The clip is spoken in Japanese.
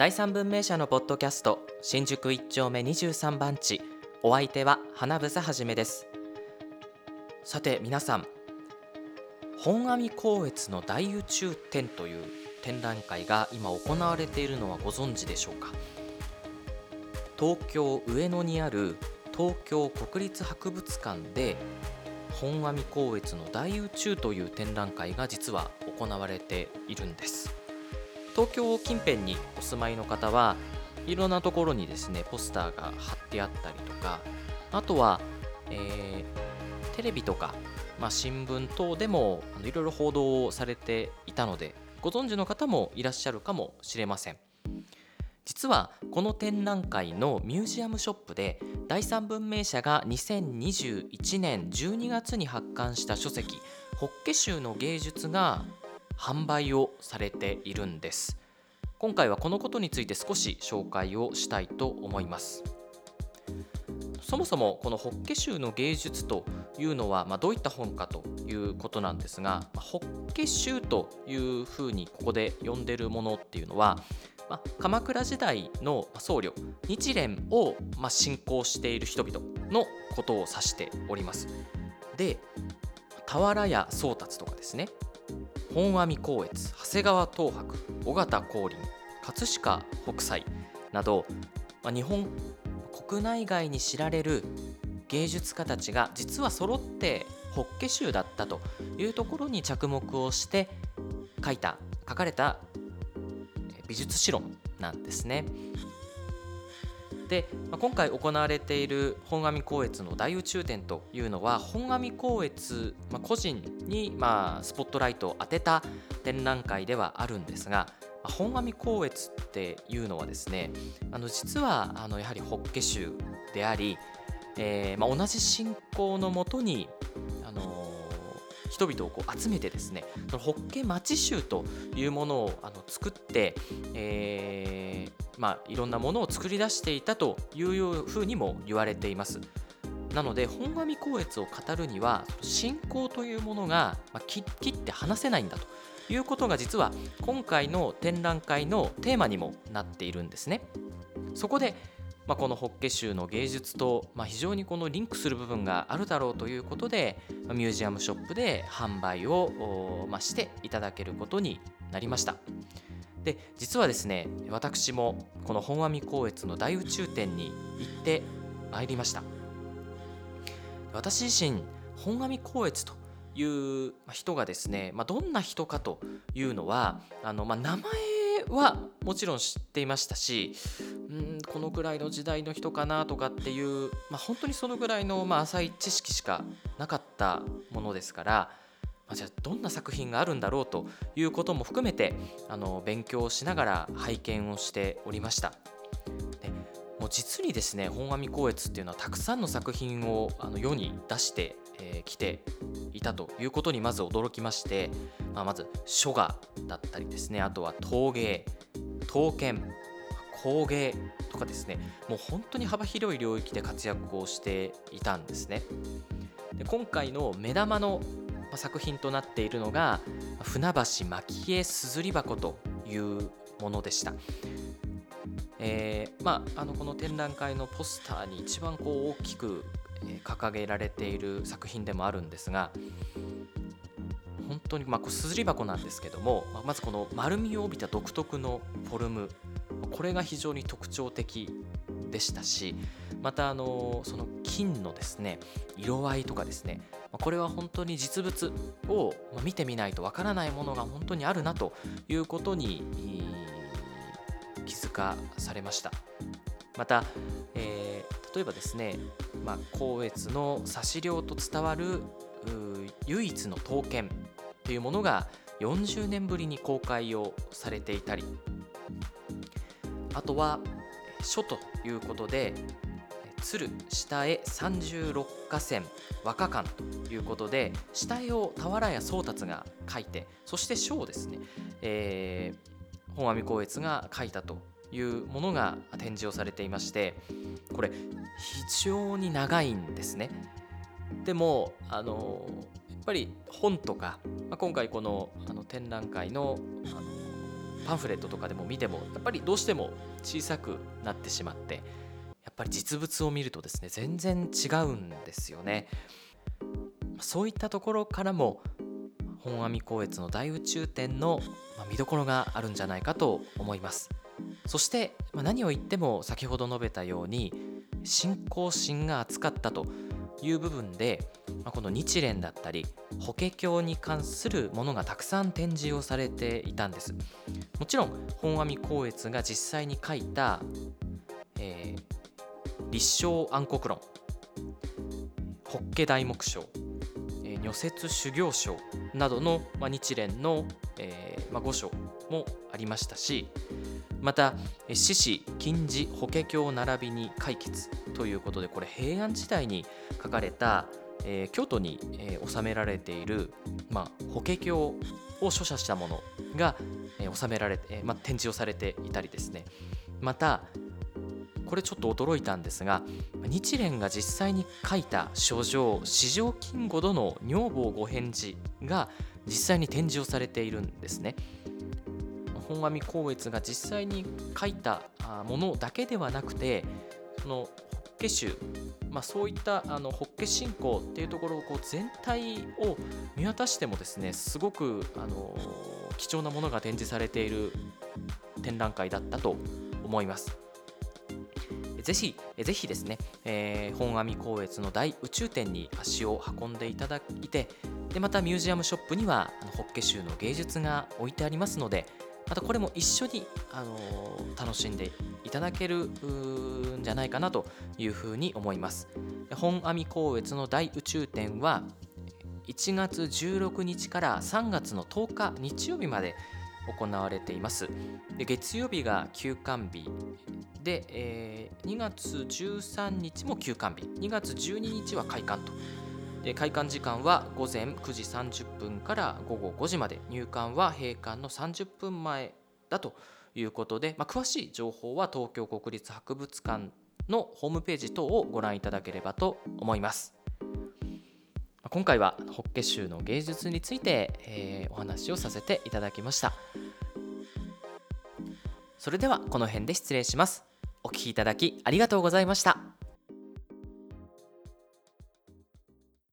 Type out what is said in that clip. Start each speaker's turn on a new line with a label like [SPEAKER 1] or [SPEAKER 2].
[SPEAKER 1] 第三文明社のポッドキャスト、新宿一丁目23番地、お相手は花房はじめです。さて皆さん、本阿弥光悦の大宇宙展という展覧会が今行われているのはご存知でしょうか。東京上野にある東京国立博物館で本阿弥光悦の大宇宙という展覧会が実は行われているんです。東京近辺にお住まいの方はいろんなところにですねポスターが貼ってあったりとか、あとは、テレビとか、新聞等でもいろいろ報道されていたのでご存知の方もいらっしゃるかもしれません。実はこの展覧会のミュージアムショップで第三文明社が2021年12月に発刊した書籍法華宗の芸術が販売をされているんです。今回はこのことについて少し紹介をしたいと思います。そもそもこの法華宗の芸術というのは、どういった本かということなんですが、法華宗というふうにここで呼んでるものっていうのは、鎌倉時代の僧侶日蓮を信仰している人々のことを指しております。で、俵屋宗達とかですね、本阿弥光悦、長谷川東博、緒方光琳、葛飾北斎など、日本国内外に知られる芸術家たちが実は揃って法華宗だったというところに着目をして書かれた美術史論なんですね。で、今回行われている本阿弥光悦の大宇宙展というのは本阿弥光悦、個人にスポットライトを当てた展覧会ではあるんですが、本阿弥光悦っていうのはですね、実はやはり法華宗であり、同じ信仰のもとに人々を集めてですね、その法華町宗というものを作って、いろんなものを作り出していたというふうにも言われています。なので本阿弥光悦を語るには信仰というものが切って離せないんだということが実は今回の展覧会のテーマにもなっているんですね。そこでこの法華宗の芸術と非常にこのリンクする部分があるだろうということでミュージアムショップで販売をしていただけることになりました。で、実はですね、私もこの本阿弥光悦の大宇宙展に行ってまいりました。私自身本阿弥光悦という人がですね、どんな人かというのは名前はもちろん知っていましたし、このくらいの時代の人かなとかっていう、本当にそのぐらいの浅い知識しかなかったものですから、じゃあどんな作品があるんだろうということも含めて勉強しながら拝見をしておりました。でもう実にですね、本阿弥光悦っていうのはたくさんの作品を世に出してきていたということにまず驚きまして、まず書画だったりですね、あとは陶芸、刀剣、工芸とかですね、もう本当に幅広い領域で活躍をしていたんですね。で、今回の目玉の作品となっているのが船橋蒔絵硯箱というものでした。この展覧会のポスターに一番大きく掲げられている作品でもあるんですが、本当に硯箱なんですけども、まずこの丸みを帯びた独特のフォルム、これが非常に特徴的でしたし、またその金のですね色合いとかですね、これは本当に実物を見てみないとわからないものが本当にあるなということに気づかされました。また、例えばですね、光悦の指料と伝わる唯一の刀剣というものが40年ぶりに公開をされていたり、あとは書ということで鶴下絵36画線和歌巻ということで、下絵を俵屋宗達が描いて、そして書をですね、本阿弥光悦が描いたというものが展示をされていまして、これ非常に長いんですね。でもやっぱり本とか、今回この展覧会のパンフレットとかでも見てもやっぱりどうしても小さくなってしまって、やっぱり実物を見るとですね全然違うんですよね。そういったところからも本阿弥光悦の大宇宙展の見どころがあるんじゃないかと思います。そして何を言っても先ほど述べたように信仰心が厚かったという部分で、この日蓮だったり法華経に関するものがたくさん展示をされていたんです。もちろん本阿弥光悦が実際に書いた、立正安国論、法華大目章、如説修行書などの、日蓮の、御書もありましたし、また獅子金地法華経並びに解決ということで、これ平安時代に書かれた、京都に、収められている、法華経を書写したものが、収められて、展示をされていたりですね。またこれちょっと驚いたんですが、日蓮が実際に書いた書状四条金吾殿の女房ご返事が実際に展示をされているんですね。本阿弥光悦が実際に書いたものだけではなくて、その法華宗、そういった法華信仰っていうところを全体を見渡してもですね、すごく貴重なものが展示されている展覧会だったと思います。ぜひですね、本阿弥光悦の大宇宙展に足を運んでいただいて、でまたミュージアムショップには法華宗の芸術が置いてありますので、またこれも一緒に、楽しんでいただけるんじゃないかなというふうに思います。本阿弥光悦の大宇宙展は1月16日から3月の10日日曜日まで行われています。で月曜日が休館日で、2月13日も休館日、2月12日は開館と。で開館時間は午前9時30分から午後5時まで、入館は閉館の30分前だということで、詳しい情報は東京国立博物館のホームページ等をご覧いただければと思います。今回は法華宗の芸術について、お話をさせていただきました。それではこの辺で失礼します。お聞きいただきありがとうございました。